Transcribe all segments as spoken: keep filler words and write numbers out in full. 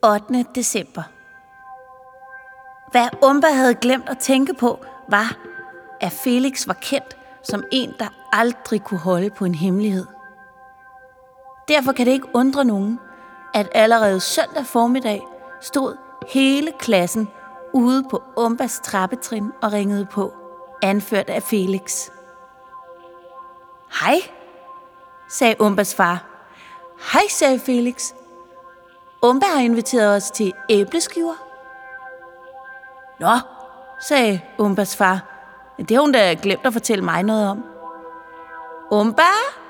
ottende december. Hvad Umba havde glemt at tænke på, var, at Felix var kendt som en, der aldrig kunne holde på en hemmelighed. Derfor kan det ikke undre nogen, at allerede søndag formiddag stod hele klassen ude på Umbas trappetrin og ringede på, anført af Felix. Hej, sagde Umbas far. Hej, sagde Felix. Umba har inviteret os til æbleskiver. Nå, sagde Umbas far. Det har hun da glemt at fortælle mig noget om. Umba?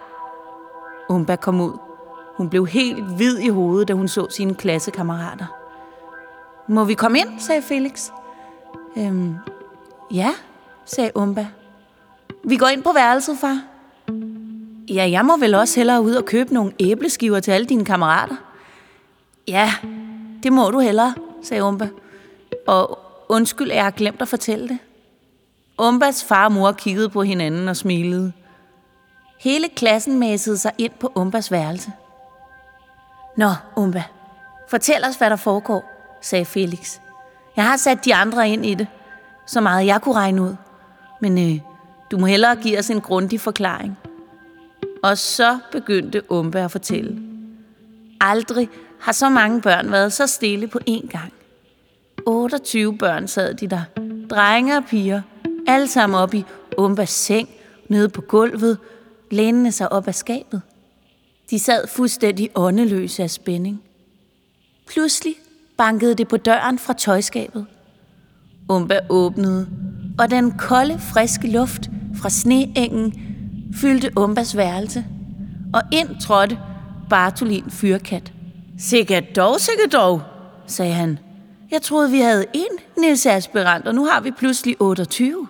Umba kom ud. Hun blev helt hvid i hovedet, da hun så sine klassekammerater. Må vi komme ind, sagde Felix. Øhm, ja, sagde Umba. Vi går ind på værelset, far. Ja, jeg må vel også hellere ud og købe nogle æbleskiver til alle dine kammerater. Ja, det må du hellere, sagde Umba. Og undskyld, jeg har glemt at fortælle det. Umbas far og mor kiggede på hinanden og smilede. Hele klassen mæssede sig ind på Umbas værelse. Nå, Umba, fortæl os, hvad der foregår, sagde Felix. Jeg har sat de andre ind i det, så meget jeg kunne regne ud. Men øh, du må hellere give os en grundig forklaring. Og så begyndte Umba at fortælle. Aldrig har så mange børn været så stille på én gang. otteogtyve børn sad de der. Drenge og piger. Alle sammen op i Umbas seng, nede på gulvet, lænende sig op af skabet. De sad fuldstændig åndeløse af spænding. Pludselig bankede det på døren fra tøjskabet. Umba åbnede, og den kolde, friske luft fra sneengen fyldte Umbas værelse. Og ind trådte Bartolin Fyrkat. Sikkert dog, sikkert dog, sagde han. Jeg troede, vi havde én Niels-aspirant, og nu har vi pludselig otteogtyve.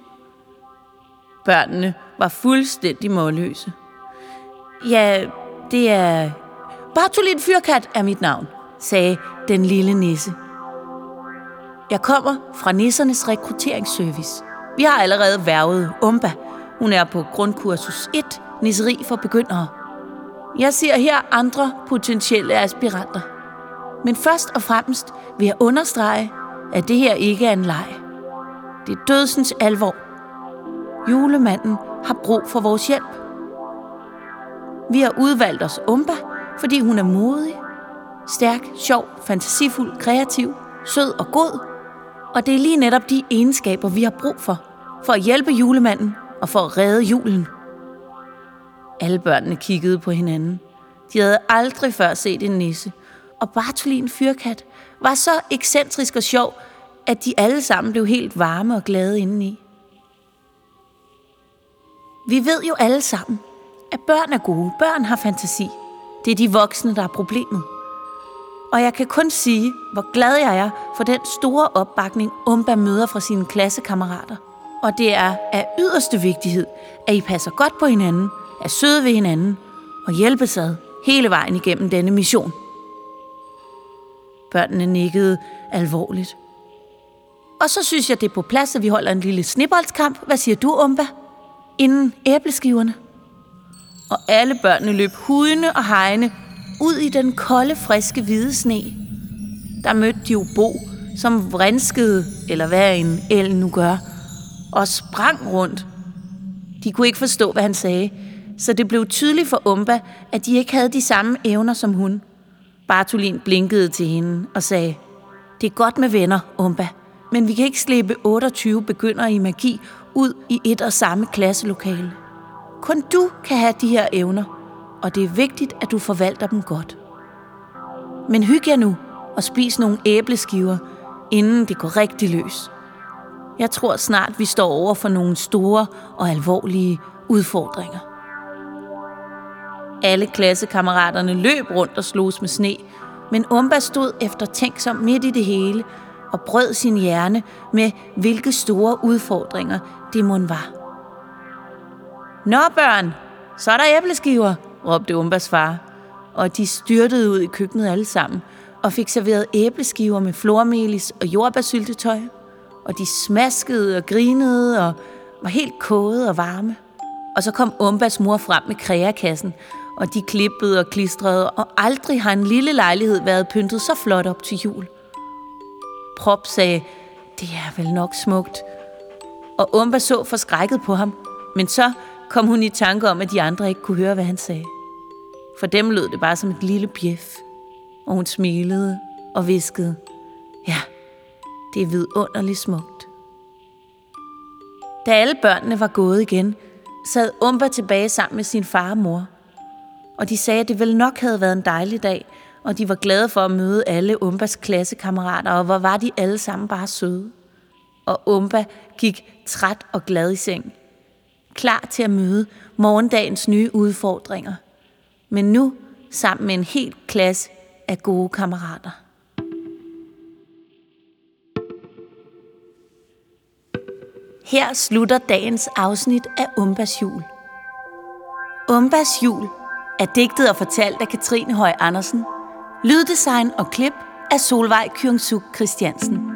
Børnene var fuldstændig målløse. Ja, det er... Bartolin Fyrkat er mit navn, sagde den lille nisse. Jeg kommer fra nissernes rekrutteringsservice. Vi har allerede hvervet Umba. Hun er på grundkursus et, nisseri for begyndere. Jeg ser her andre potentielle aspiranter. Men først og fremmest vil jeg understrege, at det her ikke er en leg. Det er dødsens alvor. Julemanden har brug for vores hjælp. Vi har udvalgt os Umba, fordi hun er modig, stærk, sjov, fantasifuld, kreativ, sød og god. Og det er lige netop de egenskaber, vi har brug for, for at hjælpe julemanden og for at redde julen. Alle børnene kiggede på hinanden. De havde aldrig før set en nisse, og Bartolin Fyrkat var så ekscentrisk og sjov, at de alle sammen blev helt varme og glade indeni. Vi ved jo alle sammen, at børn er gode. Børn har fantasi. Det er de voksne, der er problemet. Og jeg kan kun sige, hvor glad jeg er for den store opbakning, Umba møder fra sine klassekammerater. Og det er af yderste vigtighed, at I passer godt på hinanden, er søde ved hinanden og hjælpes ad hele vejen igennem denne mission. Børnene nikkede alvorligt. Og så synes jeg, det er på plads, at vi holder en lille sneboldskamp. Hvad siger du, Umba? Inden æbleskiverne. Og alle børnene løb hudende og hejende ud i den kolde, friske, hvide sne. Der mødte de jo Bo, som vrinskede, eller hvad en el nu gør, og sprang rundt. De kunne ikke forstå, hvad han sagde, så det blev tydeligt for Umba, at de ikke havde de samme evner som hun. Bartolin blinkede til hende og sagde, det er godt med venner, Umba, men vi kan ikke slippe otteogtyve begyndere i magi ud i et og samme klasselokale. Kun du kan have de her evner, og det er vigtigt, at du forvalter dem godt. Men hyg jer nu og spis nogle æbleskiver, inden det går rigtig løs. Jeg tror snart, vi står over for nogle store og alvorlige udfordringer. Alle klassekammeraterne løb rundt og slogs med sne, men Umba stod eftertænksom midt i det hele og brød sin hjerne med, hvilke store udfordringer det mon var. Nå børn, så er der æbleskiver, råbte Umbas far, og de styrtede ud i køkkenet alle sammen og fik serveret æbleskiver med flormelis og jordbærsyltetøj, og de smaskede og grinede og var helt kåde og varme. Og så kom Umbas mor frem med kreakassen og de klippede og klistrede, og aldrig har en lille lejlighed været pyntet så flot op til jul. Prop sagde, det er vel nok smukt, og Umba så forskrækket på ham, men så kom hun i tanke om, at de andre ikke kunne høre, hvad han sagde. For dem lød det bare som et lille bjef, og hun smilede og hviskede, ja, det er vidunderligt smukt. Da alle børnene var gået igen, sad Umba tilbage sammen med sin far og mor. Og de sagde, at det vel nok havde været en dejlig dag, og de var glade for at møde alle Umbas klassekammerater, og hvor var de alle sammen bare søde. Og Umba gik træt og glad i seng, klar til at møde morgendagens nye udfordringer. Men nu sammen med en hel klasse af gode kammerater. Her slutter dagens afsnit af Umbas jul. Umbas jul er digtet og fortalt af Katrine Høj Andersen. Lyddesign og klip af Solvej Kyungsuk Christiansen.